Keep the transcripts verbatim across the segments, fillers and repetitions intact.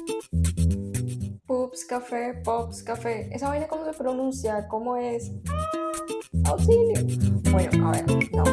Pups, café, pops, café. ¿Esa vaina cómo se pronuncia? ¿Cómo es? Auxilio. Bueno, a ver, no.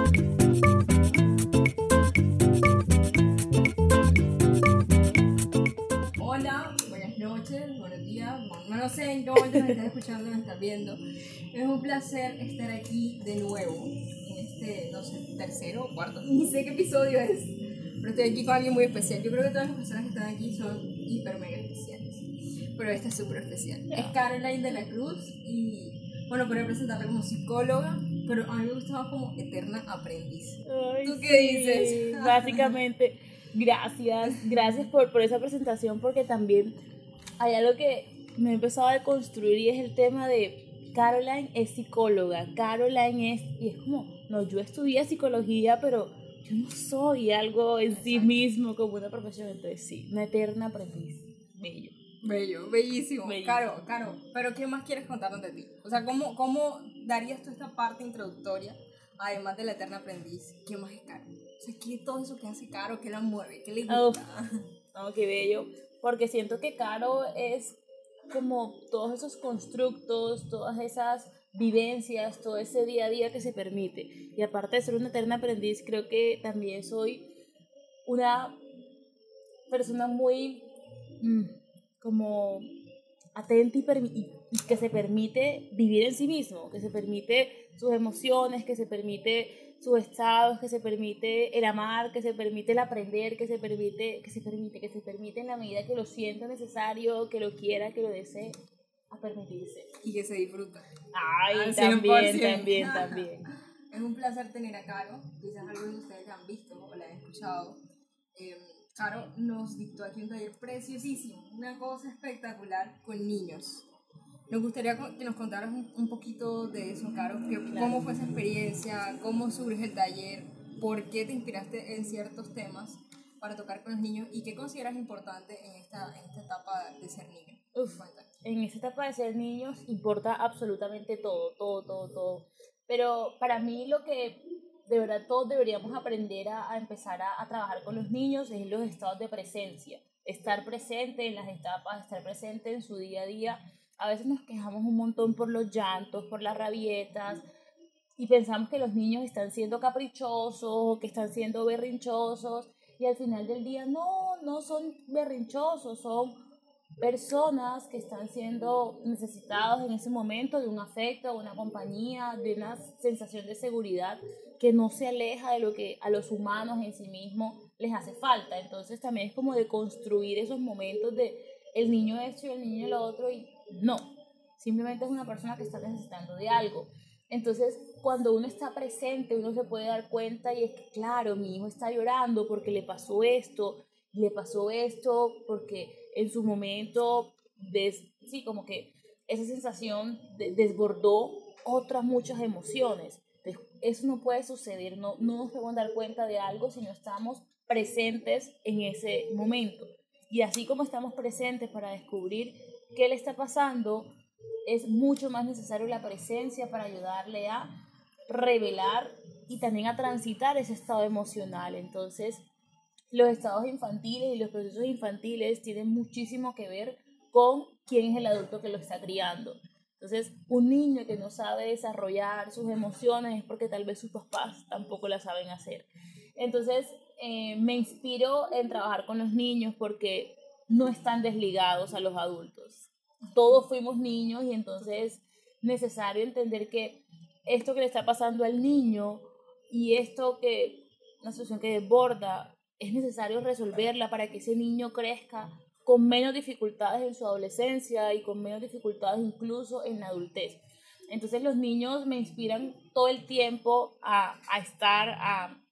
Hola, buenas noches, buenos días. Bueno, no sé en qué momento nos estás escuchando, nos estás viendo. Es un placer estar aquí de nuevo en este, no sé, tercero o cuarto, ni sé qué episodio es. Pero estoy aquí con alguien muy especial. Yo creo que todas las personas que están aquí son hiper mega especiales. Pero esta es súper especial. Es Caroline de la Cruz y, bueno, podría presentarla como psicóloga, pero a mí me gustaba como eterna aprendiz. Ay, ¿Tú qué sí, dices? Básicamente, gracias, gracias por, por esa presentación, porque también hay algo que me he empezado a construir y es el tema de Caroline es psicóloga, Caroline es, y es como, no, yo estudié psicología, pero yo no soy algo en sí mismo como una profesión, entonces sí, una eterna aprendiz, bello. Bello, bellísimo. Bellísimo. Caro, Caro, pero ¿qué más quieres contarnos de ti? O sea, ¿cómo, cómo darías tú esta parte introductoria, además de la eterna aprendiz? ¿Qué más es Caro? O sea, ¿qué es todo eso que hace Caro? ¿Qué la mueve? ¿Qué le gusta? Oh, oh, qué bello. Porque siento que Caro es como todos esos constructos, todas esas vivencias, todo ese día a día que se permite. Y aparte de ser una eterna aprendiz, creo que también soy una persona muy mm, como atenta y, y, y que se permite vivir en sí mismo, que se permite sus emociones, que se permite sus estados, que se permite el amar, que se permite el aprender, que se permite, que se permite, que se permite en la medida que lo sienta necesario, que lo quiera, que lo desee, a permitirse. Y que se disfruta. Ay, también, también, también. Es un placer tener a Caro, quizás algunos de ustedes la han visto o la han escuchado. Eh, Caro nos dictó aquí un taller preciosísimo, una cosa espectacular con niños. Nos gustaría que nos contaras un, un poquito de eso, Caro, que, claro. ¿Cómo fue esa experiencia? ¿Cómo surge el taller? ¿Por qué te inspiraste en ciertos temas para tocar con los niños? ¿Y qué consideras importante en esta, en esta etapa de ser niño? Uf, en esta etapa de ser niños importa absolutamente todo, todo, todo, todo. Pero para mí lo que de verdad todos deberíamos aprender a, a empezar a, a trabajar con los niños es los estados de presencia. Estar presente en las etapas, estar presente en su día a día. A veces nos quejamos un montón por los llantos, por las rabietas, y pensamos que los niños están siendo caprichosos, que están siendo berrinchosos, y al final del día no, no son berrinchosos, son personas que están siendo necesitados en ese momento de un afecto, de una compañía, de una sensación de seguridad que no se aleja de lo que a los humanos en sí mismos les hace falta. Entonces también es como de construir esos momentos de el niño esto y el niño lo otro, y no, simplemente es una persona que está necesitando de algo. Entonces, cuando uno está presente, uno se puede dar cuenta y es que, claro, mi hijo está llorando porque le pasó esto, le pasó esto porque en su momento, des, sí, como que esa sensación de, desbordó otras muchas emociones. Entonces, eso no puede suceder, no, no nos podemos dar cuenta de algo si no estamos presentes en ese momento. Y así como estamos presentes para descubrir qué le está pasando, es mucho más necesario la presencia para ayudarle a revelar y también a transitar ese estado emocional. Entonces, los estados infantiles y los procesos infantiles tienen muchísimo que ver con quién es el adulto que lo está criando. Entonces, un niño que no sabe desarrollar sus emociones es porque tal vez sus papás tampoco la saben hacer. Entonces, eh, me inspiro en trabajar con los niños porque no están desligados a los adultos. Todos fuimos niños y entonces es necesario entender que esto que le está pasando al niño y esto que, una situación que desborda, es necesario resolverla para que ese niño crezca con menos dificultades en su adolescencia y con menos dificultades incluso en la adultez. Entonces los niños me inspiran todo el tiempo a, a estar, a,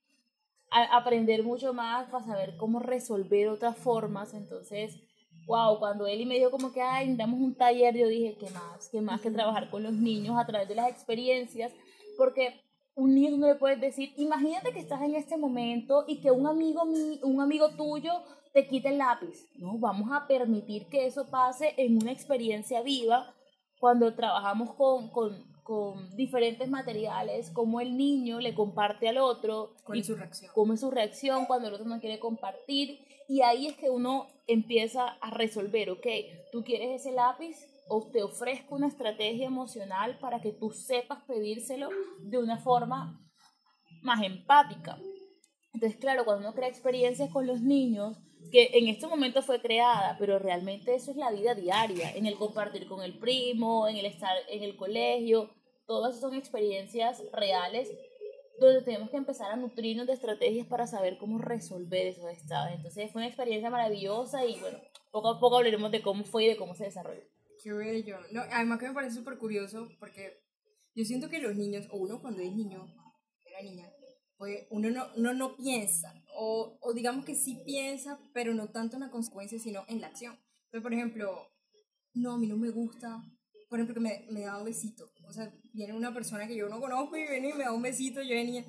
a aprender mucho más, para saber cómo resolver otras formas. Entonces, wow, cuando Eli me dijo como que, ay, damos un taller, yo dije, ¿qué más? ¿Qué más que trabajar con los niños a través de las experiencias? Porque un niño no le puedes decir, imagínate que estás en este momento y que un amigo, un amigo tuyo te quite el lápiz. No, vamos a permitir que eso pase en una experiencia viva cuando trabajamos con, con, con diferentes materiales, cómo el niño le comparte al otro. ¿Cuál es su reacción? Cómo es su reacción cuando el otro no quiere compartir. Y ahí es que uno empieza a resolver, ok, tú quieres ese lápiz o te ofrezco una estrategia emocional para que tú sepas pedírselo de una forma más empática. Entonces, claro, cuando uno crea experiencias con los niños, que en este momento fue creada, pero realmente eso es la vida diaria, en el compartir con el primo, en el estar en el colegio, todas son experiencias reales donde tenemos que empezar a nutrirnos de estrategias para saber cómo resolver esos estados. Entonces fue una experiencia maravillosa y bueno, poco a poco hablaremos de cómo fue y de cómo se desarrolló. Qué bello. No, además que me parece súper curioso porque yo siento que los niños, o uno cuando es niño, era niña, pues uno no, uno no piensa, o, o digamos que sí piensa, pero no tanto en la consecuencia, sino en la acción. Entonces, por ejemplo, no, a mí no me gusta, por ejemplo, que me, me da un besito. O sea, viene una persona que yo no conozco y viene y me da un besito, yo de niña,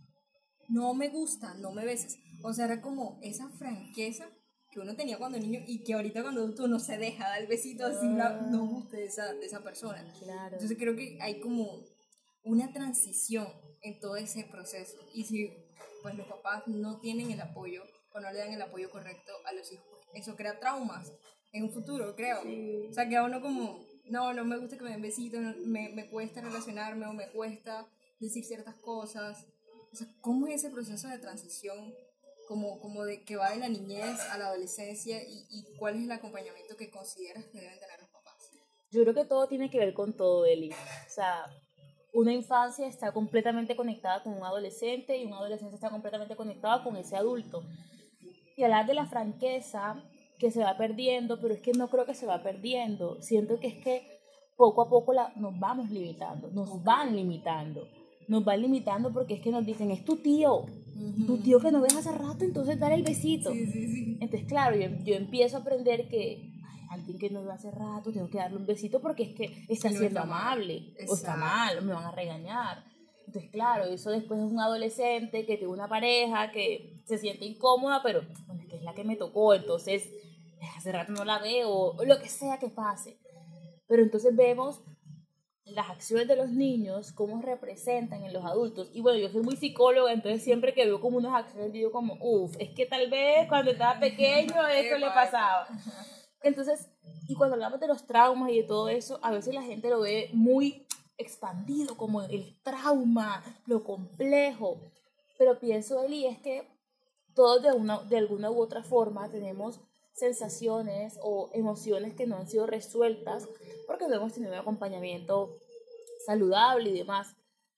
no me gusta, no me beses. O sea, era como esa franqueza que uno tenía cuando niño y que ahorita cuando adulto no se deja dar el besito así, no, no guste de esa, de esa persona. Claro. Entonces creo que hay como una transición en todo ese proceso. Y si pues los papás no tienen el apoyo o no le dan el apoyo correcto a los hijos, eso crea traumas en un futuro, creo. Sí. O sea, que a uno como, no, no me gusta que me den besitos, no, me, me cuesta relacionarme o me cuesta decir ciertas cosas. O sea, ¿cómo es ese proceso de transición? Como, como de que va de la niñez a la adolescencia y, y cuál es el acompañamiento que consideras que deben tener los papás. Yo creo que todo tiene que ver con todo, Eli. O sea, una infancia está completamente conectada con un adolescente y un adolescente está completamente conectado con ese adulto. Y hablar de la franqueza que se va perdiendo, pero es que no creo que se va perdiendo. Siento que es que poco a poco la, nos vamos limitando, nos van limitando. Nos van limitando porque es que nos dicen, es tu tío, uh-huh. tu tío que no ves hace rato, entonces dale el besito. Sí, sí, sí. Entonces, claro, yo, yo empiezo a aprender que ay, alguien que no ve hace rato, tengo que darle un besito porque es que está sí, no siendo está amable, mal. o está mal, o me van a regañar. Entonces, claro, eso después es un adolescente que tiene una pareja que se siente incómoda, pero bueno, es que es la que me tocó, entonces hace rato no la veo, o lo que sea que pase. Pero entonces vemos las acciones de los niños, cómo representan en los adultos. Y bueno, yo soy muy psicóloga, entonces siempre que veo como unas acciones digo como, uff, es que tal vez cuando estaba pequeño esto le pasaba. Entonces, y cuando hablamos de los traumas y de todo eso, a veces la gente lo ve muy expandido, como el trauma, lo complejo. Pero pienso, Eli, es que todos de, una, de alguna u otra forma tenemos sensaciones o emociones que no han sido resueltas porque no hemos tenido un acompañamiento saludable y demás.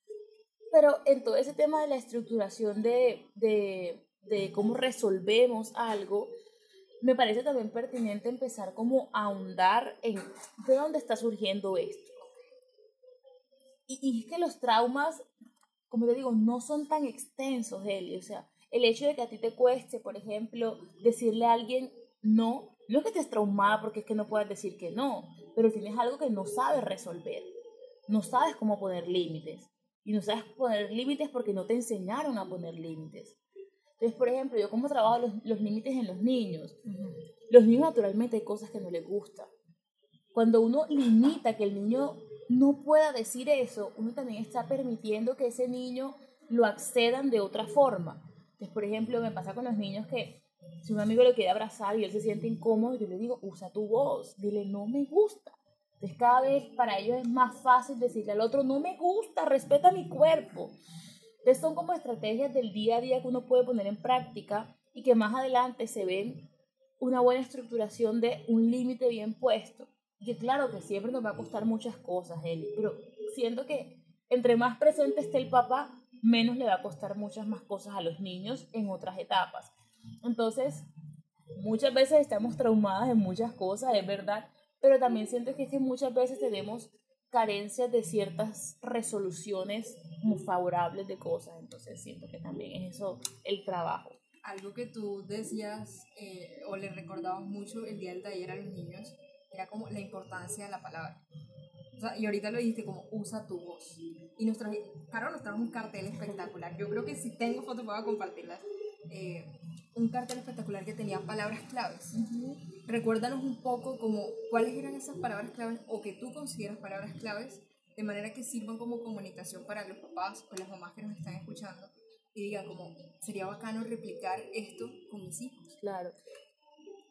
Pero en todo ese tema de la estructuración de, de, de cómo resolvemos algo, me parece también pertinente empezar como a ahondar en de dónde está surgiendo esto. Y, y es que los traumas, como te digo, no son tan extensos, Eli. O sea, el hecho de que a ti te cueste, por ejemplo, decirle a alguien no, no es que estés traumada porque es que no puedes decir que no, pero tienes algo que no sabes resolver. No sabes cómo poner límites. Y no sabes poner límites porque no te enseñaron a poner límites. Entonces, por ejemplo, yo cómo trabajo los, los límites en los niños. Uh-huh. Los niños naturalmente hay cosas que no les gustan. Cuando uno limita que el niño no pueda decir eso, uno también está permitiendo que ese niño lo accedan de otra forma. Entonces, por ejemplo, me pasa con los niños que si un amigo lo quiere abrazar y él se siente incómodo, yo le digo, usa tu voz, dile, no me gusta. Entonces, cada vez para ellos es más fácil decirle al otro, no me gusta, respeta mi cuerpo. Entonces, son como estrategias del día a día que uno puede poner en práctica y que más adelante se ven una buena estructuración de un límite bien puesto. Y que claro que siempre nos va a costar muchas cosas, Eli, pero siento que entre más presente esté el papá, menos le va a costar muchas más cosas a los niños en otras etapas. Entonces, muchas veces estamos traumadas en muchas cosas, es verdad, pero también siento que, es que muchas veces tenemos carencias de ciertas resoluciones muy favorables de cosas, entonces siento que también es eso el trabajo. Algo que tú decías eh, o le recordabas mucho el día del taller a los niños era como la importancia de la palabra. O sea, y ahorita lo dijiste como usa tu voz. Y nos traje, Caro nos trajo un cartel espectacular. Yo creo que si tengo fotos puedo compartirlas. Eh, un cartel espectacular que tenía palabras claves. Uh-huh. Recuérdanos un poco como cuáles eran esas palabras claves o que tú consideras palabras claves de manera que sirvan como comunicación para los papás o las mamás que nos están escuchando y digan como sería bacano replicar esto con mis hijos. Claro.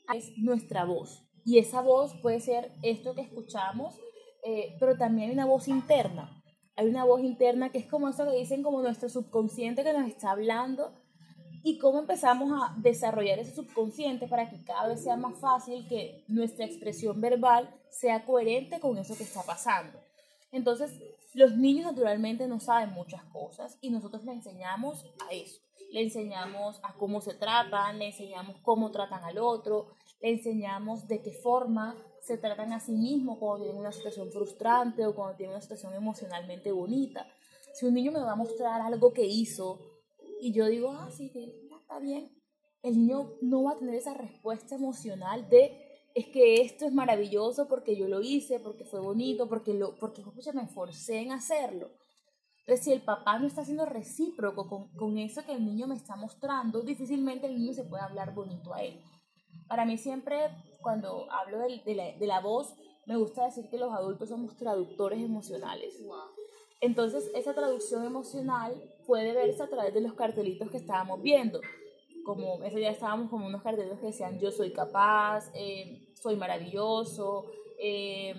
es nuestra voz. Y esa voz puede ser esto que escuchamos, eh, pero también hay una voz interna. Hay una voz interna que es como eso que dicen, como nuestro subconsciente que nos está hablando, y cómo empezamos a desarrollar ese subconsciente para que cada vez sea más fácil que nuestra expresión verbal sea coherente con eso que está pasando. Entonces, los niños naturalmente no saben muchas cosas y nosotros le enseñamos a eso. Le enseñamos a cómo se tratan, le enseñamos cómo tratan al otro, le enseñamos de qué forma se tratan a sí mismos cuando tienen una situación frustrante o cuando tienen una situación emocionalmente bonita. Si un niño me va a mostrar algo que hizo y yo digo, ah, sí, que ya está bien, el niño no va a tener esa respuesta emocional de, es que esto es maravilloso porque yo lo hice, porque fue bonito, porque, lo, porque escucha, me esforcé en hacerlo. Entonces, si el papá no está siendo recíproco con, con eso que el niño me está mostrando, difícilmente el niño se puede hablar bonito a él. Para mí siempre, cuando hablo de, de, la, de la voz, me gusta decir que los adultos somos traductores emocionales. Entonces, esa traducción emocional puede verse a través de los cartelitos que estábamos viendo. Como ese día estábamos como unos cartelitos que decían, yo soy capaz, eh, soy maravilloso, eh,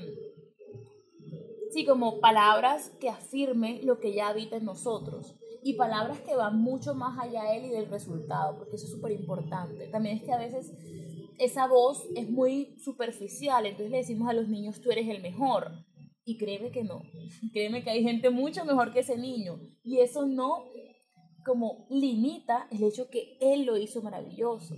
sí, como palabras que afirmen lo que ya habita en nosotros y palabras que van mucho más allá de él y del resultado, porque eso es súper importante. También es que a veces esa voz es muy superficial, entonces le decimos a los niños, tú eres el mejor, y créeme que no, créeme que hay gente mucho mejor que ese niño, y eso no como limita el hecho que él lo hizo maravilloso,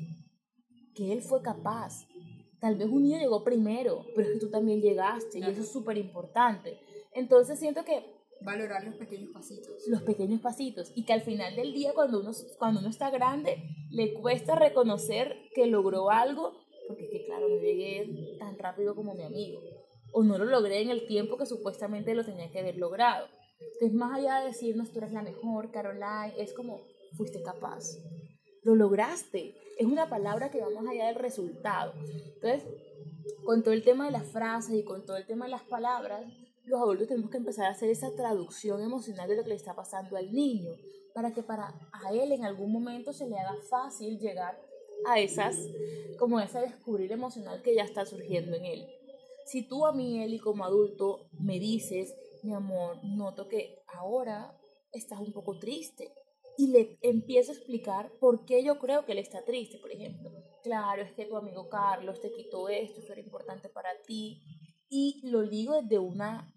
que él fue capaz. Tal vez un niño llegó primero, pero es que tú también llegaste, claro. Y eso es súper importante. Entonces siento que valorar los pequeños pasitos. Los pequeños pasitos. Y que al final del día, cuando uno, cuando uno está grande, le cuesta reconocer que logró algo, porque es que, claro, no llegué tan rápido como mi amigo. O no lo logré en el tiempo que supuestamente lo tenía que haber logrado. Entonces, más allá de decirnos, tú eres la mejor, Caroline, es como, fuiste capaz. Lo lograste. Es una palabra que va más allá del resultado. Entonces, con todo el tema de las frases y con todo el tema de las palabras, los adultos tenemos que empezar a hacer esa traducción emocional de lo que le está pasando al niño, para que para a él en algún momento se le haga fácil llegar a esas, como ese descubrir emocional que ya está surgiendo en él. Si tú a mí, Eli, como adulto, me dices, mi amor, noto que ahora estás un poco triste, y le empiezo a explicar por qué yo creo que él está triste, por ejemplo. Claro, es que tu amigo Carlos te quitó esto, eso era importante para ti, y lo digo desde una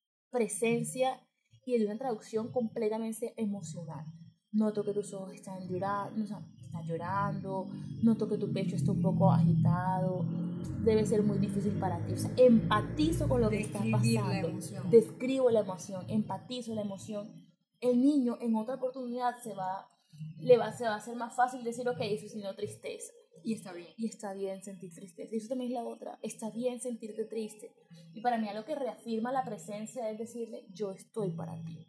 presencia y de una traducción completamente emocional. Noto que tus ojos están llorando, o sea, están llorando, noto que tu pecho está un poco agitado, debe ser muy difícil para ti. O sea, empatizo con lo que está pasando, describo la emoción, empatizo la emoción. El niño en otra oportunidad se va, le va, se va a hacer más fácil decir, ok, eso es sino tristeza. Y está bien. Y está bien sentir tristeza. Y eso también es la otra. Está bien sentirte triste. Y para mí algo que reafirma la presencia es decirle, yo estoy para ti.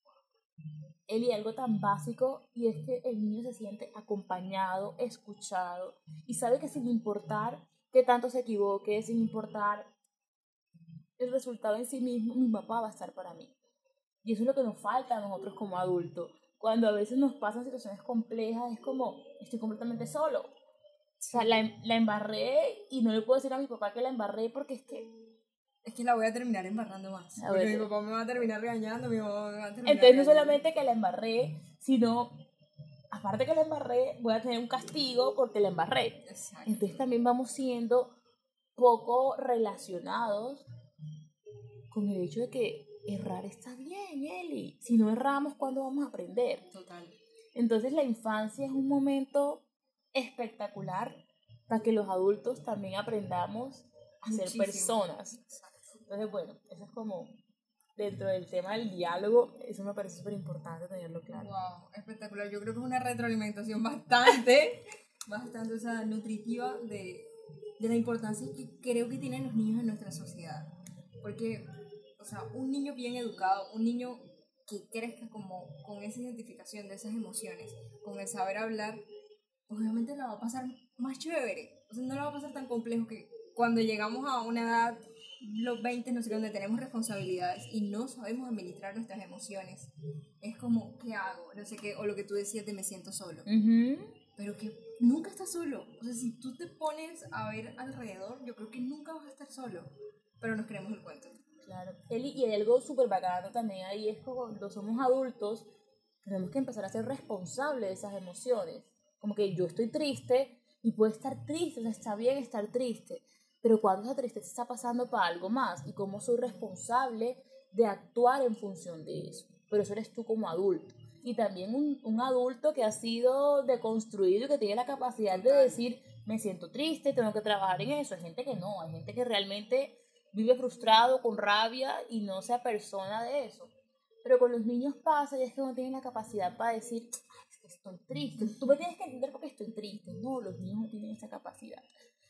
Él y algo tan básico, y es que el niño se siente acompañado, escuchado, y sabe que sin importar que tanto se equivoque, sin importar el resultado en sí mismo, mi papá va a estar para mí. Y eso es lo que nos falta a nosotros como adultos. Cuando a veces nos pasan situaciones complejas, es como, estoy completamente solo. O sea, la, la embarré y no le puedo decir a mi papá que la embarré porque es que... Es que la voy a terminar embarrando más. A porque ver, mi papá me va a terminar regañando, mi mamá me va a terminar Entonces no regañando. solamente que la embarré, sino, aparte que la embarré, voy a tener un castigo porque la embarré. Exacto. Entonces también vamos siendo poco relacionados con el hecho de que errar está bien, Eli. Si no erramos, ¿cuándo vamos a aprender? Total. Entonces la infancia es un momento espectacular para que los adultos también aprendamos a ser Muchísimo. Personas. Exacto. Entonces, bueno, eso es como dentro del tema del diálogo, eso me parece súper importante tenerlo claro. Wow, espectacular. Yo creo que es una retroalimentación bastante, bastante o sea, nutritiva de, de la importancia que creo que tienen los niños en nuestra sociedad. Porque, o sea, un niño bien educado, un niño que crezca como con esa identificación de esas emociones, con el saber hablar, obviamente la va a pasar más chévere. O sea, no la va a pasar tan complejo que cuando llegamos a una edad, los veinte, no sé, donde tenemos responsabilidades y no sabemos administrar nuestras emociones. Es como, ¿qué hago? No sé qué, o lo que tú decías de me siento solo. Uh-huh. pero que nunca estás solo. O sea, si tú te pones a ver alrededor, yo creo que nunca vas a estar solo, pero nos creemos el cuento. Claro. Eli, y hay algo súper bacano también ahí, es que cuando somos adultos, tenemos que empezar a ser responsables de esas emociones. Como que yo estoy triste y puedo estar triste, o sea, está bien estar triste, pero cuando esa tristeza está pasando para algo más y cómo soy responsable de actuar en función de eso. Pero eso eres tú como adulto. Y también un, un adulto que ha sido deconstruido y que tiene la capacidad de decir, me siento triste, tengo que trabajar en eso. Hay gente que no, hay gente que realmente vive frustrado, con rabia y no se apersona de eso. Pero con los niños pasa y es que no tienen la capacidad para decir, "Ay, es que estoy triste, tú me tienes que entender por qué estoy triste". No, los niños no tienen esa capacidad.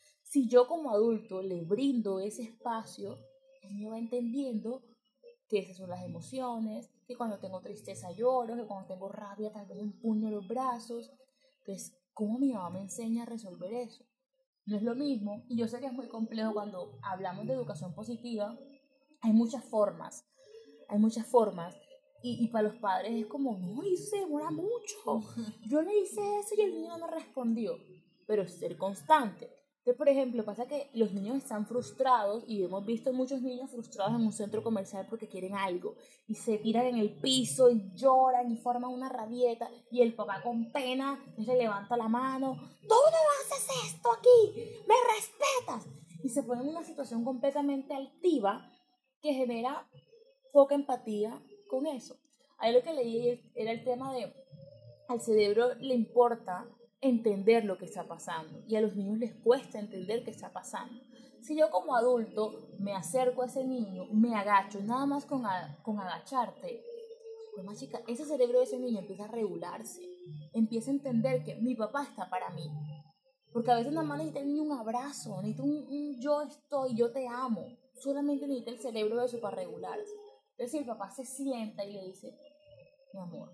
Si yo como adulto le brindo ese espacio, el niño va entendiendo que esas son las emociones, que cuando tengo tristeza lloro, que cuando tengo rabia tal vez empuño los brazos. Entonces, ¿cómo mi mamá me enseña a resolver eso? No es lo mismo, y yo sé que es muy complejo cuando hablamos de educación positiva, hay muchas formas, hay muchas formas, y, y para los padres es como, no, y se demora mucho, yo le hice eso y el niño no me respondió, pero es ser constante. Entonces, por ejemplo, pasa que los niños están frustrados y hemos visto muchos niños frustrados en un centro comercial porque quieren algo y se tiran en el piso y lloran y forman una rabieta y el papá con pena le levanta la mano, tú no haces esto aquí, me respetas, y se pone en una situación completamente altiva que genera poca empatía con eso. Ahí lo que leí era el tema de al cerebro le importa entender lo que está pasando y a los niños les cuesta entender qué está pasando. Si yo como adulto me acerco a ese niño, me agacho, nada más con, a, con agacharte, pues más chica, ese cerebro de ese niño empieza a regularse, empieza a entender que mi papá está para mí. Porque a veces nada más necesita el niño un abrazo, necesita un, un yo estoy, yo te amo. Solamente necesita el cerebro de eso para regularse. Entonces si el papá se sienta y le dice, mi amor,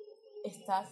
estás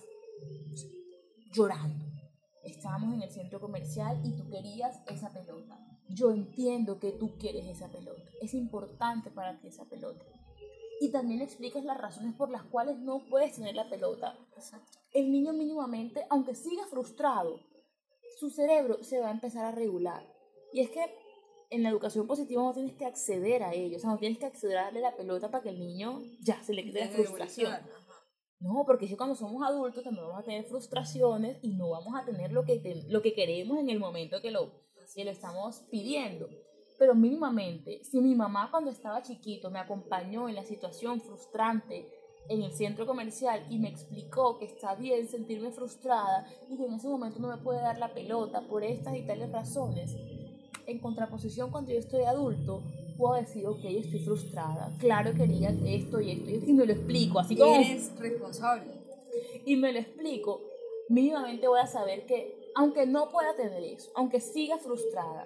llorando. Estábamos en el centro comercial y tú querías esa pelota. Yo entiendo que tú quieres esa pelota. Es importante para ti esa pelota. Y también le explicas las razones por las cuales no puedes tener la pelota. Exacto. El niño mínimamente, aunque siga frustrado, su cerebro se va a empezar a regular. Y es que en la educación positiva no tienes que acceder a ello. O sea, no tienes que acceder a darle la pelota para que el niño ya se le quite la frustración. No, porque es que cuando somos adultos también vamos a tener frustraciones y no vamos a tener lo que, te, lo que queremos en el momento que lo, que lo estamos pidiendo. Pero mínimamente, si mi mamá cuando estaba chiquito me acompañó en la situación frustrante en el centro comercial y me explicó que está bien sentirme frustrada y que en ese momento no me puede dar la pelota por estas y tales razones, en contraposición cuando yo estoy adulto, puedo decir, ok, estoy frustrada, claro quería esto y esto y esto, y me lo explico, así como... Eres responsable. Y me lo explico, mínimamente voy a saber que, aunque no pueda tener eso, aunque siga frustrada,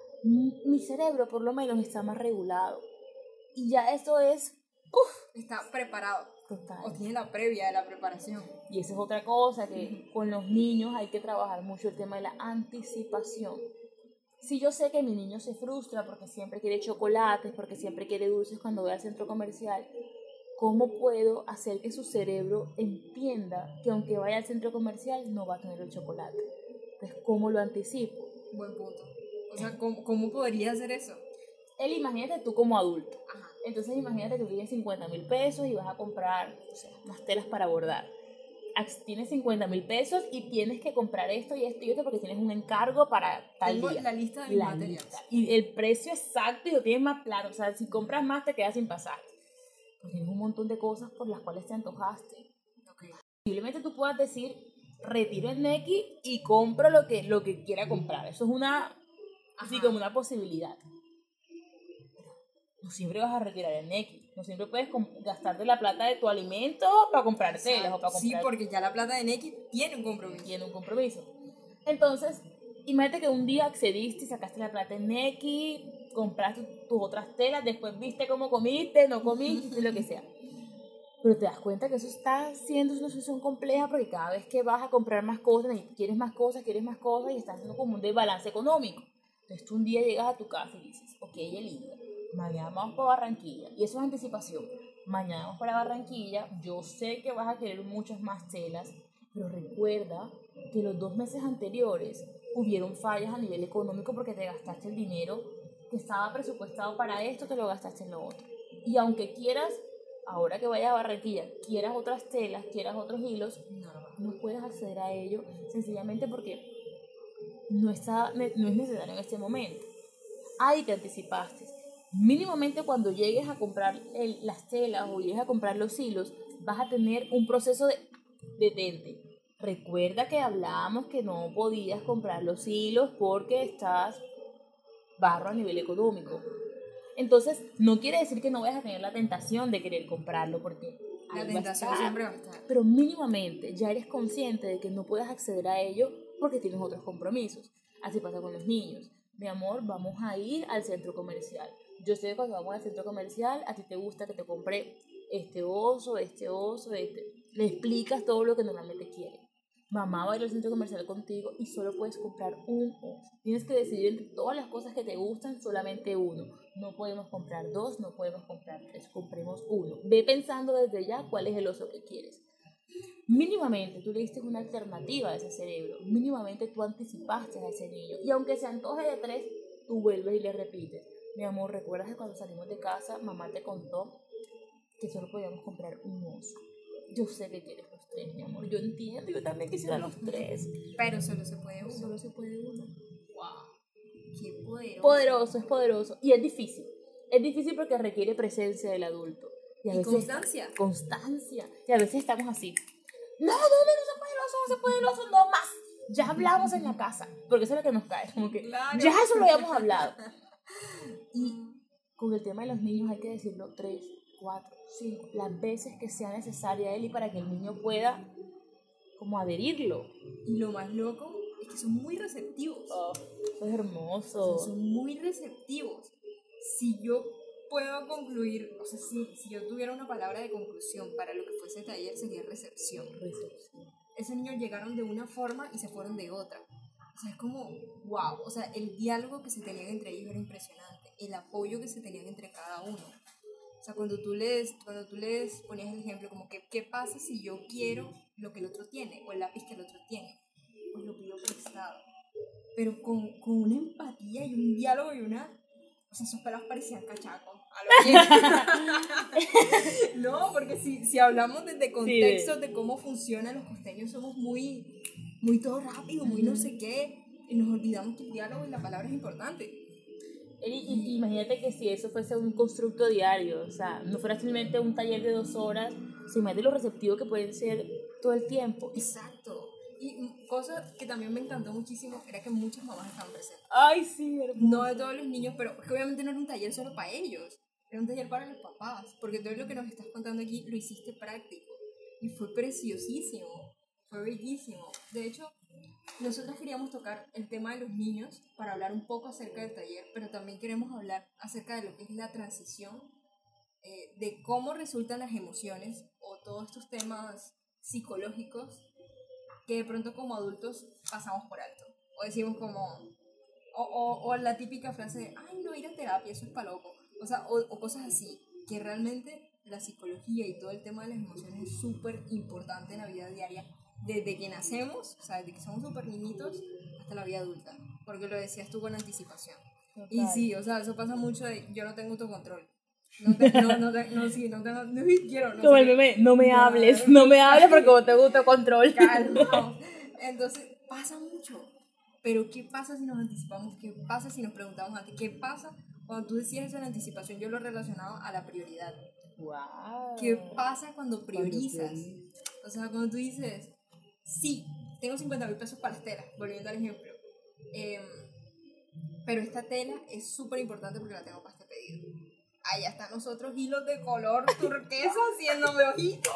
mi cerebro por lo menos está más regulado. Y ya eso es... Uf, está preparado. Total. O tiene la previa de la preparación. Y esa es otra cosa, que con los niños hay que trabajar mucho el tema de la anticipación. Si yo sé que mi niño se frustra porque siempre quiere chocolates, porque siempre quiere dulces cuando voy al centro comercial, ¿cómo puedo hacer que su cerebro entienda que aunque vaya al centro comercial no va a tener el chocolate? Entonces, ¿cómo lo anticipo? Buen punto. O sea, ¿cómo, cómo podría hacer eso? Él, imagínate tú como adulto. Ajá. Entonces, imagínate que tú tienes cincuenta mil pesos y vas a comprar, o sea, unas telas para bordar. Tienes cincuenta mil pesos y tienes que comprar esto y esto y esto porque tienes un encargo para tal Tengo día. la lista de mis La materiales. lista. Y el precio exacto y lo tienes más claro. O sea, si compras más te quedas sin pasar. Pues tienes un montón de cosas por las cuales te antojaste. Okay. Posiblemente tú puedas decir, retiro el Nequi y compro lo que, lo que quiera comprar. Eso es una, así como una posibilidad. No siempre vas a retirar el Nequi. No siempre puedes gastarte la plata de tu alimento para comprar telas o para comprar... Sí, porque ya la plata de Nequi tiene un compromiso. Tiene un compromiso. Entonces, imagínate que un día accediste y sacaste la plata en Nequi, compraste tus otras telas, después viste cómo comiste, no comiste, lo que sea. Pero te das cuenta que eso está siendo una situación compleja porque cada vez que vas a comprar más cosas, quieres más cosas, quieres más cosas y estás haciendo como un desbalance económico. Entonces tú un día llegas a tu casa y dices, ok, Elida, mañana vamos para Barranquilla. Y eso es anticipación. Mañana vamos para Barranquilla, yo sé que vas a querer muchas más telas, pero recuerda que los dos meses anteriores hubieron fallas a nivel económico porque te gastaste el dinero que estaba presupuestado para esto, te lo gastaste en lo otro. Y aunque quieras, ahora que vayas a Barranquilla, quieras otras telas, quieras otros hilos, no puedes acceder a ello sencillamente porque no, está, no es necesario en este momento. Ahí te anticipaste. Mínimamente cuando llegues a comprar el, las telas o llegues a comprar los hilos, vas a tener un proceso de detente. Recuerda que hablábamos que no podías comprar los hilos porque estás barro a nivel económico. Entonces, no quiere decir que no vayas a tener la tentación de querer comprarlo porque la tentación siempre va a estar. Pero mínimamente ya eres consciente de que no puedes acceder a ello porque tienes otros compromisos. Así pasa con los niños. Mi amor, vamos a ir al centro comercial. Yo sé que cuando vamos al centro comercial, a ti te gusta que te compre este oso, este oso, este. Le explicas todo lo que normalmente quiere. Mamá va a ir al centro comercial contigo y solo puedes comprar un oso. Tienes que decidir entre todas las cosas que te gustan, solamente uno. No podemos comprar dos, no podemos comprar tres, compremos uno. Ve pensando desde ya cuál es el oso que quieres. Mínimamente tú le diste una alternativa a ese cerebro, mínimamente tú anticipaste a ese niño. Y aunque se antoje de tres, tú vuelves y le repites. Mi amor, ¿recuerdas que cuando salimos de casa, mamá te contó que solo podíamos comprar un oso? Yo sé que quieres los tres, mi amor. Yo entiendo, yo también quisiera los tres. Pero solo se puede uno. Solo se puede uno. Wow. Qué poderoso. Poderoso, es poderoso. Y es difícil. Es difícil porque requiere presencia del adulto. Y, a y veces, constancia. Constancia. Y a veces estamos así. No, no, no, no se puede el oso, no se puede el oso, no más. Ya hablamos en la casa. Porque eso es lo que nos cae. Como que claro. Ya eso lo habíamos hablado. Y con el tema de los niños hay que decirlo tres, cuatro, cinco, las veces que sea necesaria a él y para que el niño pueda como adherirlo. Y lo más loco es que son muy receptivos. Oh, eso es hermoso. O sea, son muy receptivos. Si yo puedo concluir, o sea, si, si yo tuviera una palabra de conclusión para lo que fue ese taller, sería recepción. Recepción. Esos niños llegaron de una forma y se fueron de otra. O sea, es como, wow, o sea, el diálogo que se tenían entre ellos era impresionante, el apoyo que se tenían entre cada uno. O sea, cuando tú les, cuando tú les ponías el ejemplo, como que, ¿qué pasa si yo quiero lo que el otro tiene, o el lápiz que el otro tiene? Pues lo pido prestado. Pero con, con una empatía y un diálogo y una... O sea, esos pelos parecían cachacos. No, porque si, si hablamos desde contextos sí, de... de cómo funcionan los costeños, somos muy, muy todo rápido, muy no sé qué, y nos olvidamos que el diálogo y la palabra es importante. Y, y, imagínate que si eso fuese un constructo diario, o sea, no fuera simplemente un taller de dos horas, se imagínate lo receptivo que pueden ser todo el tiempo. Exacto. Y cosa que también me encantó muchísimo era que muchas mamás estaban presentes. Ay, sí, hermoso. No de todos los niños, pero que obviamente no era un taller solo para ellos, era un taller para los papás, porque todo lo que nos estás contando aquí lo hiciste práctico y fue preciosísimo, fue bellísimo. De hecho, nosotros queríamos tocar el tema de los niños para hablar un poco acerca del taller, pero también queremos hablar acerca de lo que es la transición, eh, de cómo resultan las emociones o todos estos temas psicológicos que de pronto como adultos pasamos por alto, o decimos como, o, o, o la típica frase de, ay, no ir a terapia, eso es pa' loco, o sea, o, o cosas así, que realmente la psicología y todo el tema de las emociones es súper importante en la vida diaria, desde que nacemos, o sea, desde que somos súper niñitos hasta la vida adulta, porque lo decías tú con anticipación. Total. Y sí, o sea, eso pasa mucho de, yo no tengo autocontrol. No, te, no, no, te, no, sí, no tengo, no quiero, no Como sé el meme, no me claro. hables, no me hables porque como tengo autocontrol. Calma. Entonces, pasa mucho. Pero, ¿qué pasa si nos anticipamos? ¿Qué pasa si nos preguntamos antes? ¿Qué pasa cuando tú decías eso en anticipación? Yo lo relacionaba a la prioridad. Wow. ¿Qué pasa cuando priorizas? O sea, cuando tú dices, sí, tengo cincuenta mil pesos para las telas, volviendo al ejemplo. Eh, pero esta tela es súper importante porque la tengo para este pedido. Allá están nosotros hilos de color turquesa haciéndome ojitos.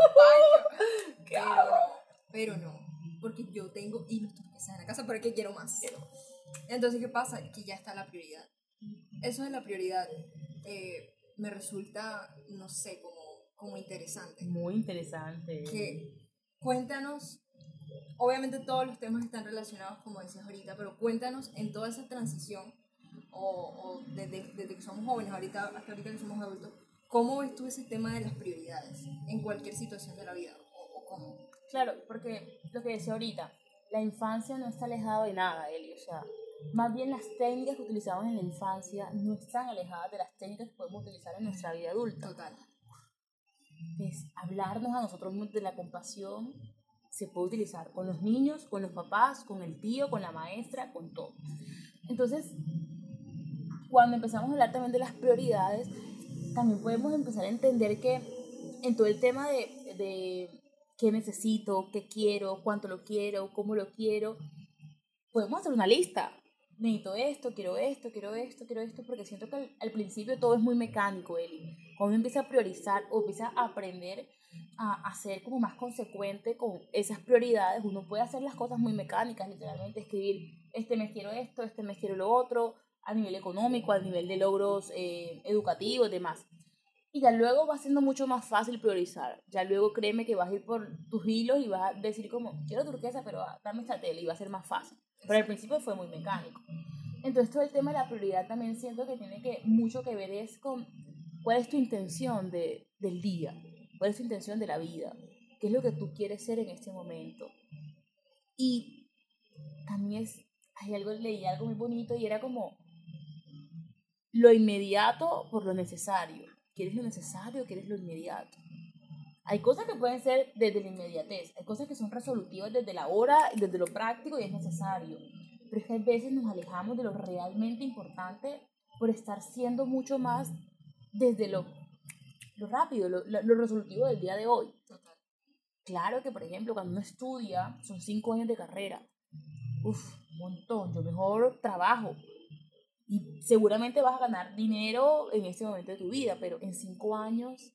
Pero no, pero no, porque yo tengo hilos turquesas en la casa, pero es que quiero más. Entonces, ¿qué pasa? Que ya está la prioridad. Eso de la prioridad eh, me resulta, no sé, como, como interesante. Muy interesante. Que cuéntanos, obviamente todos los temas están relacionados, como decías ahorita, pero cuéntanos en toda esa transición, o, o desde, desde que somos jóvenes ahorita, hasta ahorita que somos adultos, ¿cómo ves tú ese tema de las prioridades en cualquier situación de la vida? ¿O, o cómo? Claro, porque lo que decía ahorita, la infancia no está alejada de nada, Eli. O sea, más bien las técnicas que utilizamos en la infancia no están alejadas de las técnicas que podemos utilizar en nuestra vida adulta. Total. Pues hablarnos a nosotros mismos de la compasión se puede utilizar con los niños, con los papás, con el tío, con la maestra, con todo. Entonces, cuando empezamos a hablar también de las prioridades, también podemos empezar a entender que en todo el tema de, de qué necesito, qué quiero, cuánto lo quiero, cómo lo quiero, podemos hacer una lista. Necesito esto, quiero esto, quiero esto, quiero esto, porque siento que al, al principio todo es muy mecánico, Eli. Cuando uno empieza a priorizar o empieza a aprender a, a ser como más consecuente con esas prioridades, uno puede hacer las cosas muy mecánicas, literalmente escribir, este mes quiero esto, este mes quiero lo otro, a nivel económico, a nivel de logros eh, educativos y demás. Y ya luego va siendo mucho más fácil priorizar. Ya luego créeme que vas a ir por tus hilos y vas a decir como, quiero turquesa, pero ah, dame esta tela, y va a ser más fácil. Pero al principio fue muy mecánico. Entonces todo el tema de la prioridad también siento que tiene que, mucho que ver es con cuál es tu intención de, del día, cuál es tu intención de la vida, qué es lo que tú quieres ser en este momento. Y también es, hay algo, leí algo muy bonito y era como lo inmediato por lo necesario. ¿Quieres lo necesario o quieres lo inmediato? Hay cosas que pueden ser desde la inmediatez, hay cosas que son resolutivas desde la hora, desde lo práctico y es necesario. Pero es que a veces nos alejamos de lo realmente importante por estar siendo mucho más desde lo, lo rápido, lo, lo resolutivo del día de hoy. Claro que, por ejemplo, cuando uno estudia, son cinco años de carrera. Uf, un montón. Yo mejor trabajo. Y seguramente vas a ganar dinero en este momento de tu vida, pero en cinco años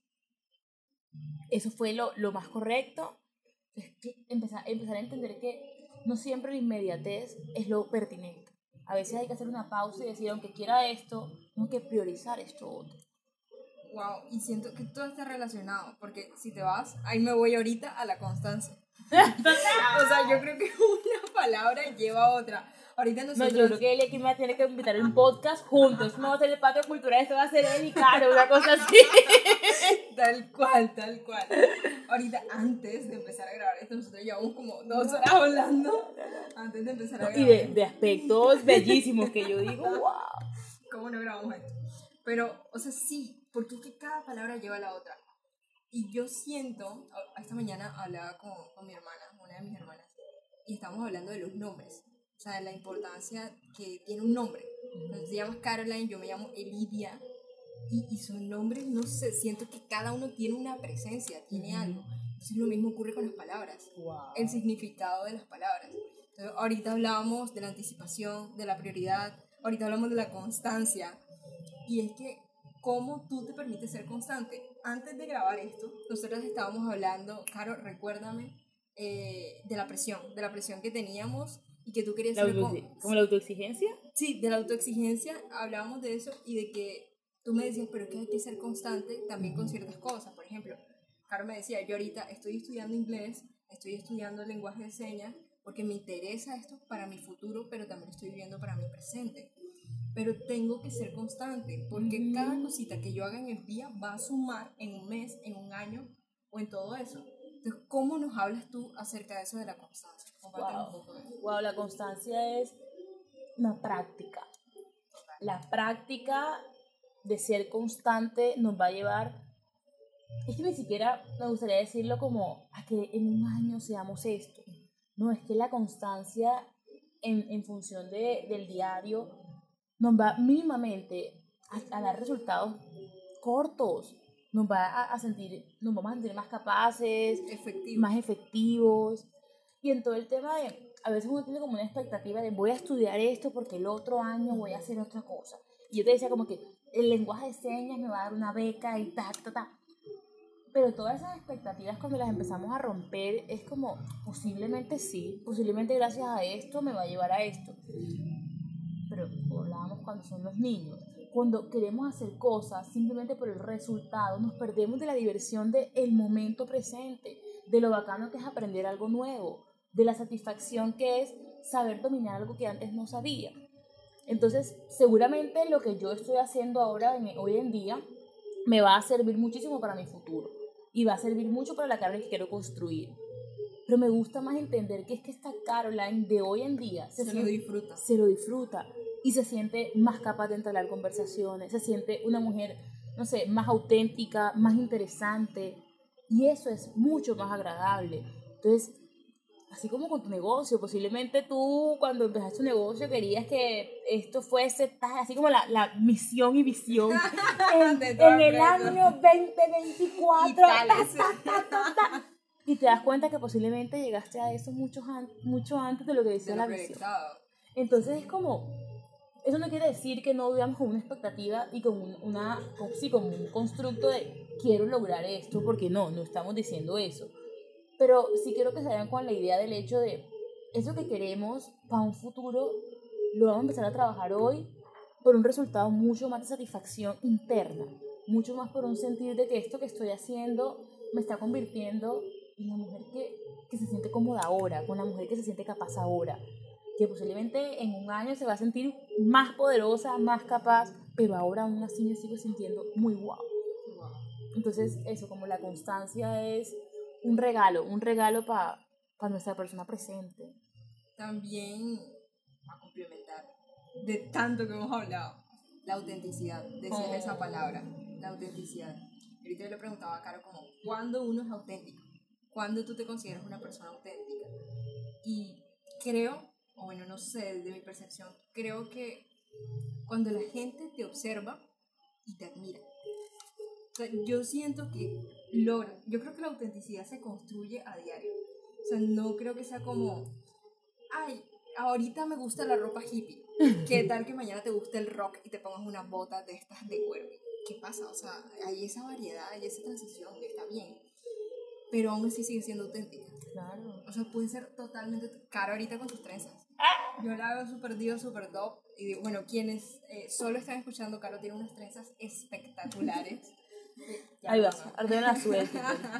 eso fue lo, lo más correcto. Es que empezar, empezar a entender que no siempre la inmediatez es lo pertinente. A veces hay que hacer una pausa y decir, aunque quiera esto, tengo que priorizar esto otro. Wow, y siento que todo está relacionado, porque si te vas, ahí me voy ahorita a la constancia. O sea, yo creo que una palabra lleva a otra. Ahorita nosotros... No, yo creo que él aquí me va a tener que invitar a un podcast juntos. No va a ser el patio cultural, esto va a ser él y Caro, una cosa así. Tal cual, tal cual. Ahorita, antes de empezar a grabar esto, nosotros llevamos como dos horas hablando. Antes de empezar a grabar. Y de, de aspectos bellísimos que yo digo, wow. ¿Cómo no grabamos esto? Pero, o sea, sí, porque es que cada palabra lleva a la otra. Y yo siento, esta mañana hablaba con, con mi hermana, una de mis hermanas, y estábamos hablando de los nombres. O sea, de la importancia que tiene un nombre. Entonces, te llamas Caroline, yo me llamo Elidia. Y, y son nombres, no sé, siento que cada uno tiene una presencia, tiene uh-huh. algo. Entonces lo mismo ocurre con las palabras, wow. El significado de las palabras. Entonces, ahorita hablábamos de la anticipación, de la prioridad, ahorita hablamos de la constancia. Y es que, ¿cómo tú te permites ser constante? Antes de grabar esto, nosotros estábamos hablando, Caro, recuérdame, eh, de la presión, de la presión que teníamos y que tú querías la ser... Auto, con, ¿Como la autoexigencia? Sí, de la autoexigencia, hablábamos de eso y de que tú me decías, pero que hay que ser constante también con ciertas cosas. Por ejemplo, Caro me decía, yo ahorita estoy estudiando inglés, estoy estudiando lenguaje de señas, porque me interesa esto para mi futuro, pero también estoy viviendo para mi presente. Pero tengo que ser constante, porque uh-huh. cada cosita que yo haga en el día va a sumar en un mes, en un año o en todo eso. Entonces, ¿cómo nos hablas tú acerca de eso de la constancia? Wow. Un poco de eso. Wow, la constancia es una práctica. La práctica de ser constante nos va a llevar, es que ni siquiera me gustaría decirlo como a que en un año seamos esto. No, es que la constancia en, en función de, del diario nos va mínimamente a, a dar resultados cortos, nos va a, a sentir, nos vamos a sentir más capaces, efectivos. más efectivos. Y en todo el tema de, a veces uno tiene como una expectativa de voy a estudiar esto porque el otro año voy a hacer otra cosa. Y yo te decía como que el lenguaje de señas me va a dar una beca y ta, ta, ta. Pero todas esas expectativas cuando las empezamos a romper es como, posiblemente sí, posiblemente gracias a esto me va a llevar a esto. Pero como hablábamos cuando son los niños, cuando queremos hacer cosas simplemente por el resultado, nos perdemos de la diversión del momento presente, de lo bacano que es aprender algo nuevo, de la satisfacción que es saber dominar algo que antes no sabía. Entonces, seguramente lo que yo estoy haciendo ahora, en, hoy en día, me va a servir muchísimo para mi futuro y va a servir mucho para la carrera que quiero construir. pero me gusta más entender que es que esta Caroline de hoy en día se, se siente, lo disfruta. Se lo disfruta y se siente más capaz de entablar conversaciones, se siente una mujer, no sé, más auténtica, más interesante, y eso es mucho más agradable. Entonces, así como con tu negocio, posiblemente tú cuando empezaste tu negocio querías que esto fuese así como la, la misión y visión en, en el año veinte veinticuatro. Y, ta, ta, ta, ta, y te das cuenta que posiblemente llegaste a eso mucho, mucho antes de lo que decía de la visión. Entonces es como, eso no quiere decir que no vivamos con una expectativa y con una, con, sí, con un constructo de quiero lograr esto, porque no, no estamos diciendo eso. Pero sí quiero que se vayan con la idea del hecho de eso que queremos para un futuro, lo vamos a empezar a trabajar hoy por un resultado mucho más de satisfacción interna, mucho más por un sentir de que esto que estoy haciendo me está convirtiendo en la mujer que, que se siente cómoda ahora, con la mujer que se siente capaz ahora, que posiblemente en un año se va a sentir más poderosa, más capaz, pero ahora aún así me sigo sintiendo muy guau. Entonces eso, como la constancia es un regalo, un regalo para pa nuestra persona presente. También, para complementar, de tanto que hemos hablado, la autenticidad, decir oh. esa palabra, la autenticidad. Ahorita yo le preguntaba a Caro como, ¿cuándo uno es auténtico? ¿Cuándo tú te consideras una persona auténtica? Y creo, o bueno, no sé, desde mi percepción, creo que cuando la gente te observa y te admira. O sea, yo siento que logra, yo creo que la autenticidad se construye a diario. O sea, no creo que sea como, ay, ahorita me gusta la ropa hippie. ¿Qué tal que mañana te guste el rock y te pongas unas botas de estas de cuero? ¿Qué pasa? O sea, hay esa variedad, hay esa transición, está bien. Pero aún así sigue siendo auténtica. Claro. O sea, puede ser totalmente Caro ahorita con sus trenzas. Yo la veo súper diva, súper top. Y digo, bueno, quienes eh, solo están escuchando, Caro tiene unas trenzas espectaculares. Ya ahí va, arde la suerte.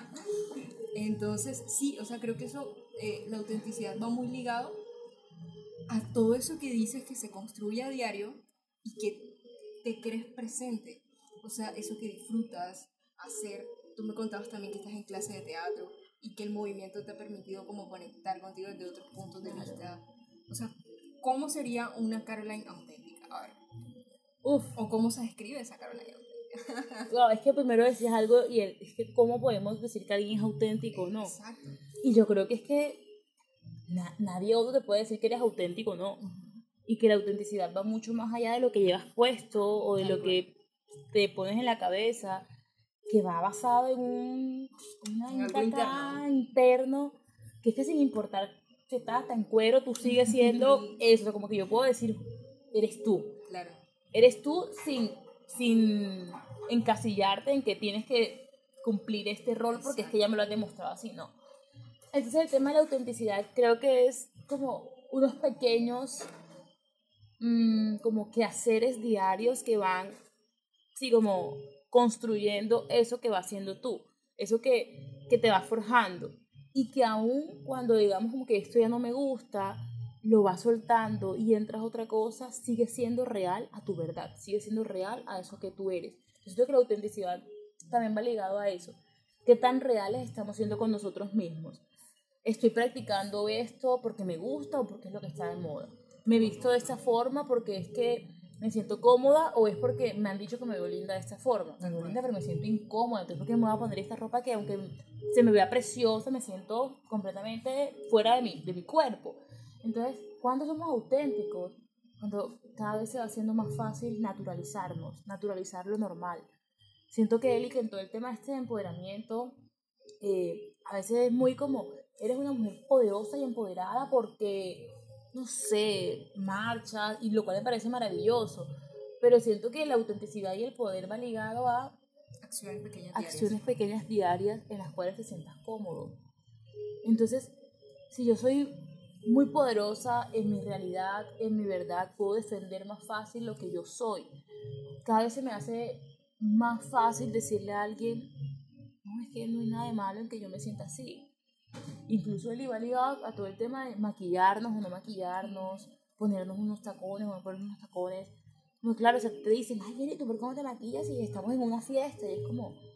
Entonces, sí, o sea, creo que eso, eh, la autenticidad va muy ligado a todo eso que dices que se construye a diario y que te crees presente. O sea, eso que disfrutas hacer. Tú me contabas también que estás en clase de teatro y que el movimiento te ha permitido como conectar contigo desde otros puntos de vista. O sea, ¿cómo sería una Caroline auténtica? A ver. Uf. ¿O cómo se describe esa Caroline auténtica? No, es que primero decías algo y el, es que cómo podemos decir que alguien es auténtico o no. Exacto. Y yo creo que es que na, nadie otro te puede decir que eres auténtico o no. Y que la autenticidad va mucho más allá de lo que llevas puesto o de lo que te pones en la cabeza, que va basado en un una algo interno. interno, que es que sin importar si estás hasta en cuero, tú sigues siendo eso, como que yo puedo decir, eres tú. Claro. Eres tú sin, sin encasillarte en que tienes que cumplir este rol porque Exacto. Es que ya me lo has demostrado así, no. Entonces el tema de la autenticidad creo que es como unos pequeños mmm, como quehaceres diarios que van, sí, como construyendo eso que vas haciendo tú, eso que, que te va forjando y que aún cuando digamos como que esto ya no me gusta, lo vas soltando y entras a otra cosa, sigue siendo real a tu verdad, sigue siendo real a eso que tú eres. Yo creo que la autenticidad también va ligado a eso, qué tan reales estamos siendo con nosotros mismos. Estoy practicando esto porque me gusta o porque es lo que está de moda. Me he visto de esta forma porque es que me siento cómoda o es porque me han dicho que me veo linda de esta forma. Me veo linda pero me siento incómoda, entonces porque me voy a poner esta ropa que aunque se me vea preciosa, me siento completamente fuera de mí, de mi cuerpo. Entonces, ¿cuándo somos auténticos? Cuando cada vez se va haciendo más fácil naturalizarnos, naturalizar lo normal. Siento que Eli, que en todo el tema de este empoderamiento, eh, a veces es muy como, eres una mujer poderosa y empoderada porque, no sé, marchas, y lo cual me parece maravilloso, pero siento que la autenticidad y el poder va ligado a acciones pequeñas acciones diarias. pequeñas diarias en las cuales te sientas cómodo. Entonces, si yo soy muy poderosa en mi realidad, en mi verdad, puedo defender más fácil lo que yo soy. Cada vez se me hace más fácil decirle a alguien, no, es que no hay nada de malo en que yo me sienta así. Incluso él iba ligado a todo el tema de maquillarnos o no maquillarnos, ponernos unos tacones o no ponernos unos tacones. Muy claro, o sea, te dicen, ay, Eli, ¿tú por qué no te maquillas si estamos en una fiesta? Y es como,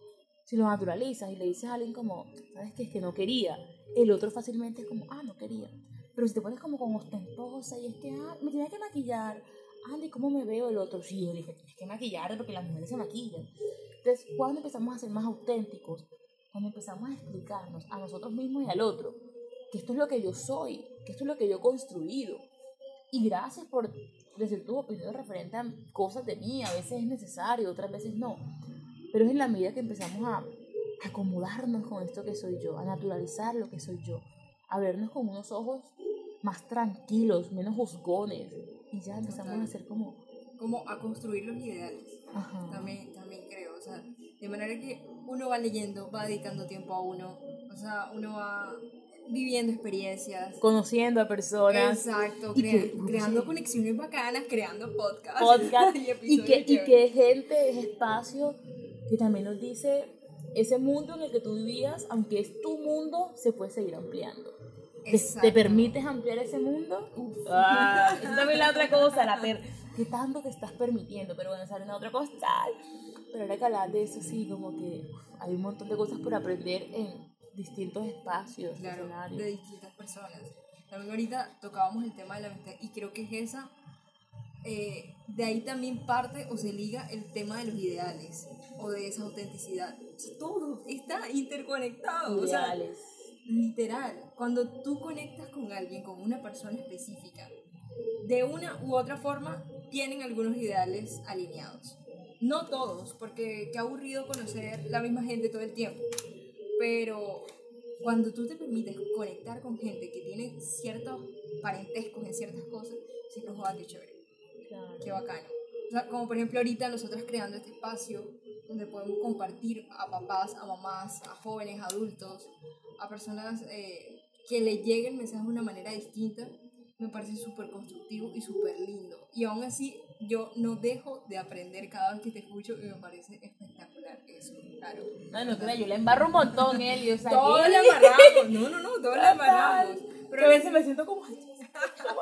Si lo naturalizas y le dices a alguien como, ¿sabes qué? Es que no quería, el otro fácilmente es como, ah, no quería. Pero si te pones como con ostentosa y es que, ah, me tienes que maquillar, Andy, ¿cómo me veo? El otro, sí, yo dije, tienes que maquillarte porque las mujeres se maquillan. Entonces, ¿cuándo empezamos a ser más auténticos? Cuando empezamos a explicarnos a nosotros mismos y al otro que esto es lo que yo soy, que esto es lo que yo he construido. Y gracias por decir tus opiniones referentes a cosas de mí. A veces es necesario, otras veces no. Pero es en la medida que empezamos a acomodarnos con esto que soy yo, a naturalizar lo que soy yo, a vernos con unos ojos más tranquilos, menos juzgones. Y ya empezamos Total. a hacer como... Como a construir los ideales. Ajá. También, también creo. O sea, de manera que uno va leyendo, va dedicando tiempo a uno. O sea, uno va viviendo experiencias. Conociendo a personas. Exacto. Crea, que, creando sí. conexiones bacanas, creando podcasts. Podcast. y, y, que, y que gente, es espacio que también nos dice ese mundo en el que tú vivías, aunque es tu mundo, se puede seguir ampliando. ¿Te, ¿Te permites ampliar ese mundo? Uf. Ah, esa también es la otra cosa, la per ¿qué tanto te estás permitiendo? Pero bueno, sale una otra cosa. Pero ahora que hablas de eso, sí, como que uf, hay un montón de cosas por aprender en distintos espacios, claro, escenarios. De distintas personas. También ahorita tocábamos el tema de la amistad y creo que es esa, eh, de ahí también parte o se liga el tema de los ideales o de esa autenticidad. Todo está interconectado. Ideales. O sea, literal, cuando tú conectas con alguien, con una persona específica, de una u otra forma tienen algunos ideales alineados. No todos, porque qué aburrido conocer la misma gente todo el tiempo. Pero cuando tú te permites conectar con gente que tiene ciertos parentescos en ciertas cosas, sí, no jodas, qué chévere. Claro. Qué bacano. O sea, como por ejemplo ahorita nosotros creando este espacio donde podemos compartir a papás, a mamás, a jóvenes, a adultos, a personas eh, que le lleguen mensajes de una manera distinta, me parece súper constructivo y súper lindo. Y aún así, yo no dejo de aprender cada vez que te escucho y me parece espectacular eso, claro. No, no, claro, yo le embarro un montón, Eli, o sea, todos le embarramos, no, no, no, todos le embarramos. Pero a veces me siento como, ay, ¿cómo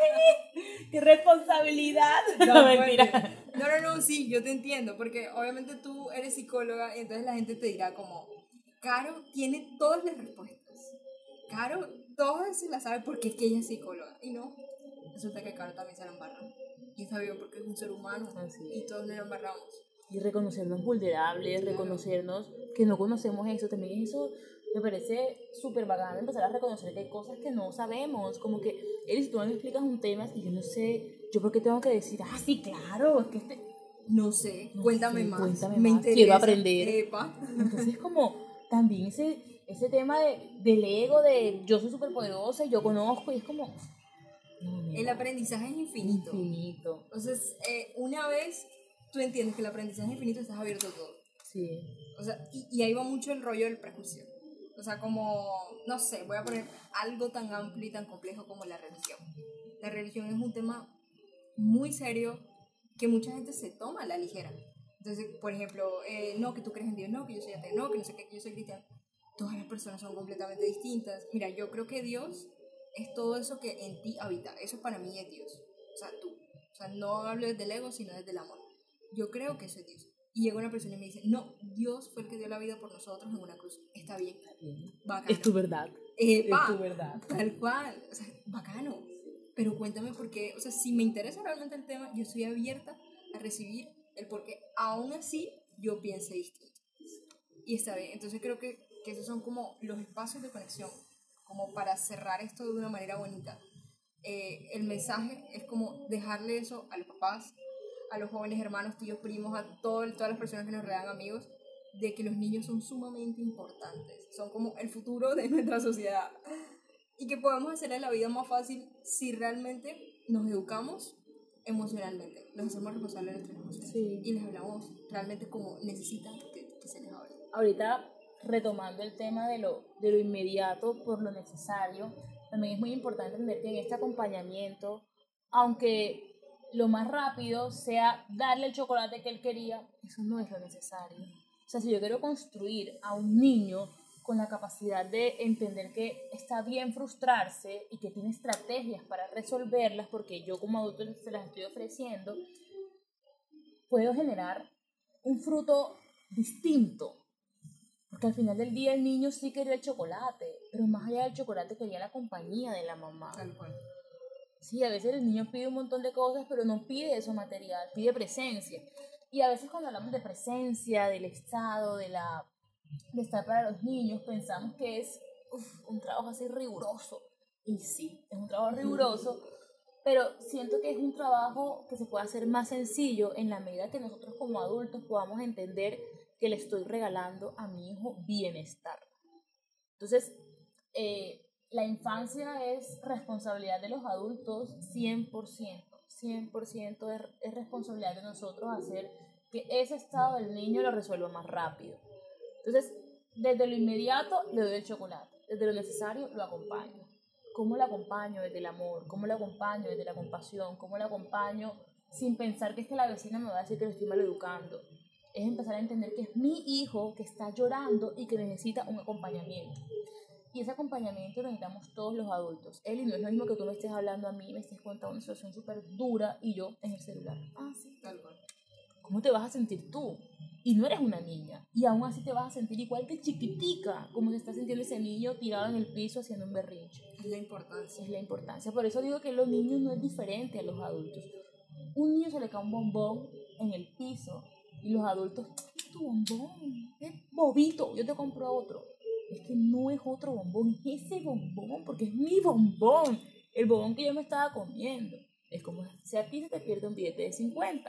así? ¡Qué responsabilidad! No, no, mentira. No, no, no, sí, yo te entiendo, porque obviamente tú eres psicóloga y entonces la gente te dirá como, Caro tiene todas las respuestas. Caro, todas se las sabe porque es que ella es psicóloga. Y no, resulta que Caro también se la embarra. Y está bien porque es un ser humano. Así. Y todos nos la embarramos. Y reconocernos vulnerables, claro. Reconocernos que no conocemos eso. También eso me parece súper bacán, empezar a reconocer que hay cosas que no sabemos. Como que, Eli, si tú me explicas un tema y yo no sé, yo por qué tengo que decir, ah, sí, claro, es que este... No sé, no cuéntame sé, más. Cuéntame me más, interesa. Quiero aprender. Epa. Entonces, como también ese, ese tema de, del ego, de yo soy súper poderosa y yo conozco, y es como... No, el aprendizaje es infinito. Infinito. Entonces, eh, una vez tú entiendes que el aprendizaje es infinito, estás abierto a todo. Sí. O sea, y, y ahí va mucho el rollo del prejuicio. O sea, como, no sé, voy a poner algo tan amplio y tan complejo como la religión. La religión es un tema muy serio que mucha gente se toma a la ligera. Entonces, por ejemplo, eh, no, que tú crees en Dios, no, que yo soy ateo, no, que no sé qué, que yo soy cristiano. Todas las personas son completamente distintas. Mira, yo creo que Dios es todo eso que en ti habita. Eso para mí es Dios. O sea, tú. O sea, no hablo desde el ego, sino desde el amor. Yo creo que eso es Dios. Y llega una persona y me dice, no, Dios fue el que dio la vida por nosotros en una cruz. Está bien. Bacano. Es tu verdad. Eh, es tu verdad. Tal cual. O sea, bacano. Pero cuéntame por qué. O sea, si me interesa realmente el tema, yo estoy abierta a recibir el por qué. Aún así, yo piense distinto. Y está bien. Entonces creo que, que esos son como los espacios de conexión. Como para cerrar esto de una manera bonita. Eh, el mensaje es como dejarle eso a los papás, a los jóvenes hermanos, tíos, primos, a todo, todas las personas que nos rodean, amigos, de que los niños son sumamente importantes, son como el futuro de nuestra sociedad y que podemos hacerle la vida más fácil si realmente nos educamos emocionalmente, nos hacemos responsables de nuestras emociones, sí. Y les hablamos realmente como necesitan que, que se les hable. Ahorita, retomando el tema de lo, de lo inmediato por lo necesario, también es muy importante entender que en este acompañamiento, aunque lo más rápido sea darle el chocolate que él quería, eso no es lo necesario. O sea, si yo quiero construir a un niño con la capacidad de entender que está bien frustrarse y que tiene estrategias para resolverlas, porque yo como adulto se las estoy ofreciendo, puedo generar un fruto distinto Porque al final del día el niño sí quería el chocolate, pero más allá del chocolate quería la compañía de la mamá. Tal cual. Sí, a veces el niño pide un montón de cosas, pero no pide eso material, pide presencia. Y a veces cuando hablamos de presencia, del estado, de, la, de estar para los niños, pensamos que es uf, un trabajo así riguroso. Y sí, es un trabajo riguroso, pero siento que es un trabajo que se puede hacer más sencillo en la medida que nosotros como adultos podamos entender que le estoy regalando a mi hijo bienestar. Entonces, eh, la infancia es responsabilidad de los adultos cien por ciento, cien por ciento es, es responsabilidad de nosotros hacer que ese estado del niño lo resuelva más rápido. Entonces, desde lo inmediato le doy el chocolate, desde lo necesario lo acompaño. ¿Cómo lo acompaño? Desde el amor. ¿Cómo lo acompaño? Desde la compasión. ¿Cómo lo acompaño sin pensar que es que la vecina me va a decir que lo estoy mal educando? Es empezar a entender que es mi hijo que está llorando y que necesita un acompañamiento. Y ese acompañamiento lo necesitamos todos los adultos. Eli, no es lo mismo que tú me estés hablando a mí, me estés contando una situación súper dura y yo en el celular. Ah, sí, tal cual. ¿Cómo te vas a sentir tú? Y no eres una niña. Y aún así te vas a sentir igual de chiquitica como se está sintiendo ese niño tirado en el piso haciendo un berrinche. Es la importancia. Es la importancia. Por eso digo que los niños no es diferente a los adultos. Un niño se le cae un bombón en el piso y los adultos, tu bombón, es bobito, yo te compro otro. Es que no es otro bombón, es ese bombón, porque es mi bombón, el bombón que yo me estaba comiendo. Es como si a ti se te pierde un billete de cincuenta.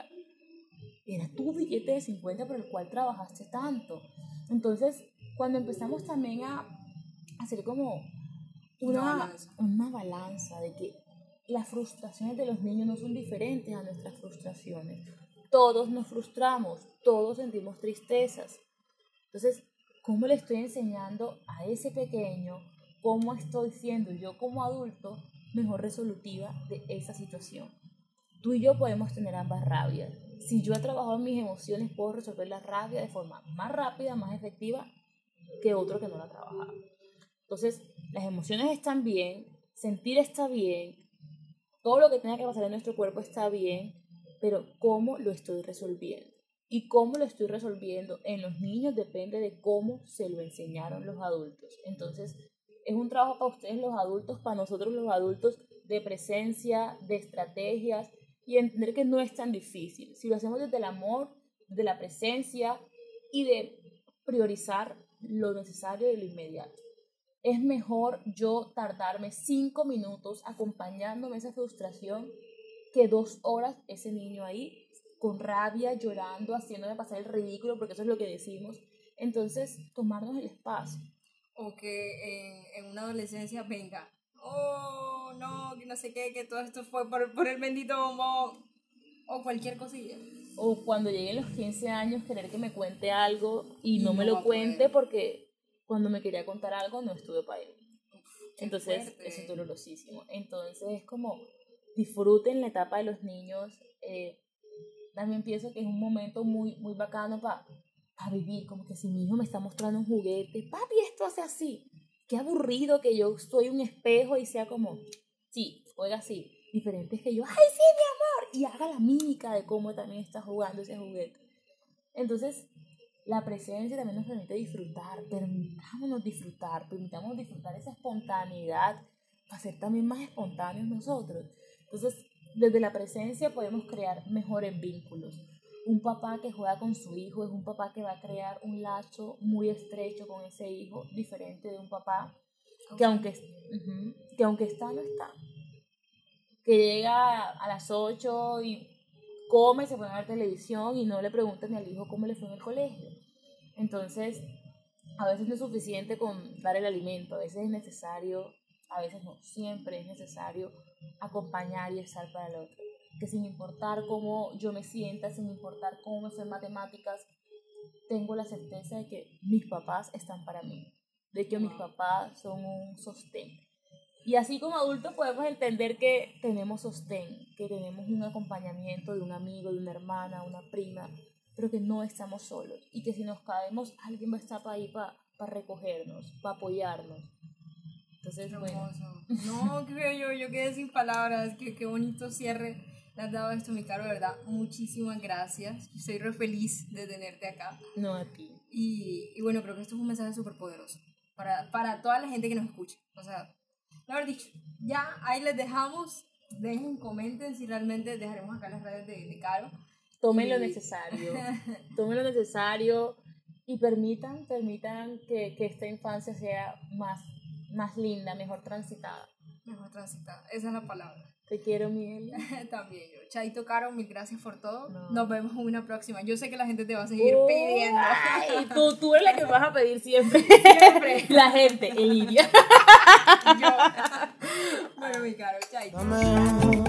Era tu billete de cincuenta por el cual trabajaste tanto. Entonces, cuando empezamos también a hacer como una, una, balanza. una balanza de que las frustraciones de los niños no son diferentes a nuestras frustraciones. Todos nos frustramos, todos sentimos tristezas. Entonces, ¿cómo le estoy enseñando a ese pequeño cómo estoy siendo yo como adulto mejor resolutiva de esa situación? Tú y yo podemos tener ambas rabias. Si yo he trabajado en mis emociones, puedo resolver la rabia de forma más rápida, más efectiva que otro que no la ha trabajado. Entonces, las emociones están bien, sentir está bien, todo lo que tenga que pasar en nuestro cuerpo está bien, pero ¿cómo lo estoy resolviendo? Y cómo lo estoy resolviendo en los niños depende de cómo se lo enseñaron los adultos. Entonces, es un trabajo para ustedes los adultos, para nosotros los adultos, de presencia, de estrategias, y entender que no es tan difícil. Si lo hacemos desde el amor, de la presencia y de priorizar lo necesario y lo inmediato. Es mejor yo tardarme cinco minutos acompañándome esa frustración que dos horas ese niño ahí con rabia, llorando, haciéndome pasar el ridículo, porque eso es lo que decimos. Entonces, tomarnos el espacio. O que en, en una adolescencia venga, oh, no, que no sé qué, que todo esto fue por, por el bendito bombón, o cualquier cosilla. O cuando lleguen los quince años, querer que me cuente algo y, y no, no me lo poder. cuente porque cuando me quería contar algo no estuve para él. Uf, entonces, fuerte. eso es dolorosísimo. Entonces, es como disfruten la etapa de los niños. Eh, también pienso que es un momento muy, muy bacano para pa vivir. Como que si mi hijo me está mostrando un juguete, papi, esto hace así. Qué aburrido que yo soy un espejo y sea como, sí, juega así. Diferente es que yo, ay, sí, mi amor, y haga la mímica de cómo también está jugando ese juguete. Entonces, la presencia también nos permite disfrutar, permitámonos disfrutar, permitámonos disfrutar esa espontaneidad para ser también más espontáneos nosotros. Entonces, desde la presencia podemos crear mejores vínculos. Un papá que juega con su hijo es un papá que va a crear un lazo muy estrecho con ese hijo, diferente de un papá que aunque, uh-huh, que aunque está, no está. Que llega a las ocho y come, se pone a ver televisión y no le pregunta ni al hijo cómo le fue en el colegio. Entonces, a veces no es suficiente con dar el alimento, a veces es necesario, a veces no, siempre es necesario acompañar y estar para el otro. Que sin importar cómo yo me sienta, sin importar cómo me fue en matemáticas, tengo la certeza de que mis papás están para mí, de que mis papás son un sostén. Y así como adultos podemos entender que tenemos sostén, que tenemos un acompañamiento de un amigo, de una hermana, una prima, pero que no estamos solos y que si nos caemos alguien va a estar para ahí para pa recogernos, para apoyarnos. Entonces, bueno. No, que yo, yo quedé sin palabras, que qué bonito cierre le has dado esto, mi Caro, de verdad, muchísimas gracias. Estoy re feliz de tenerte acá. No, a ti. Y, y bueno, creo que esto es un mensaje súper poderoso para, para toda la gente que nos escucha. O sea, lo haber dicho, ya ahí les dejamos, dejen, comenten si realmente dejaremos acá las redes de, de Caro. Tomen y... lo necesario, tomen lo necesario y permitan, permitan que, que esta infancia sea más, más linda, mejor transitada. Mejor transitada, esa es la palabra. Te quiero, Miguel. También yo. Chaito, Caro, mil gracias por todo. No. Nos vemos en una próxima. Yo sé que la gente te va a seguir Uh, pidiendo. Ay, tú, tú eres la que vas a pedir siempre. Siempre. La gente, Elidia. Yo. Bueno, mi Caro, chaito.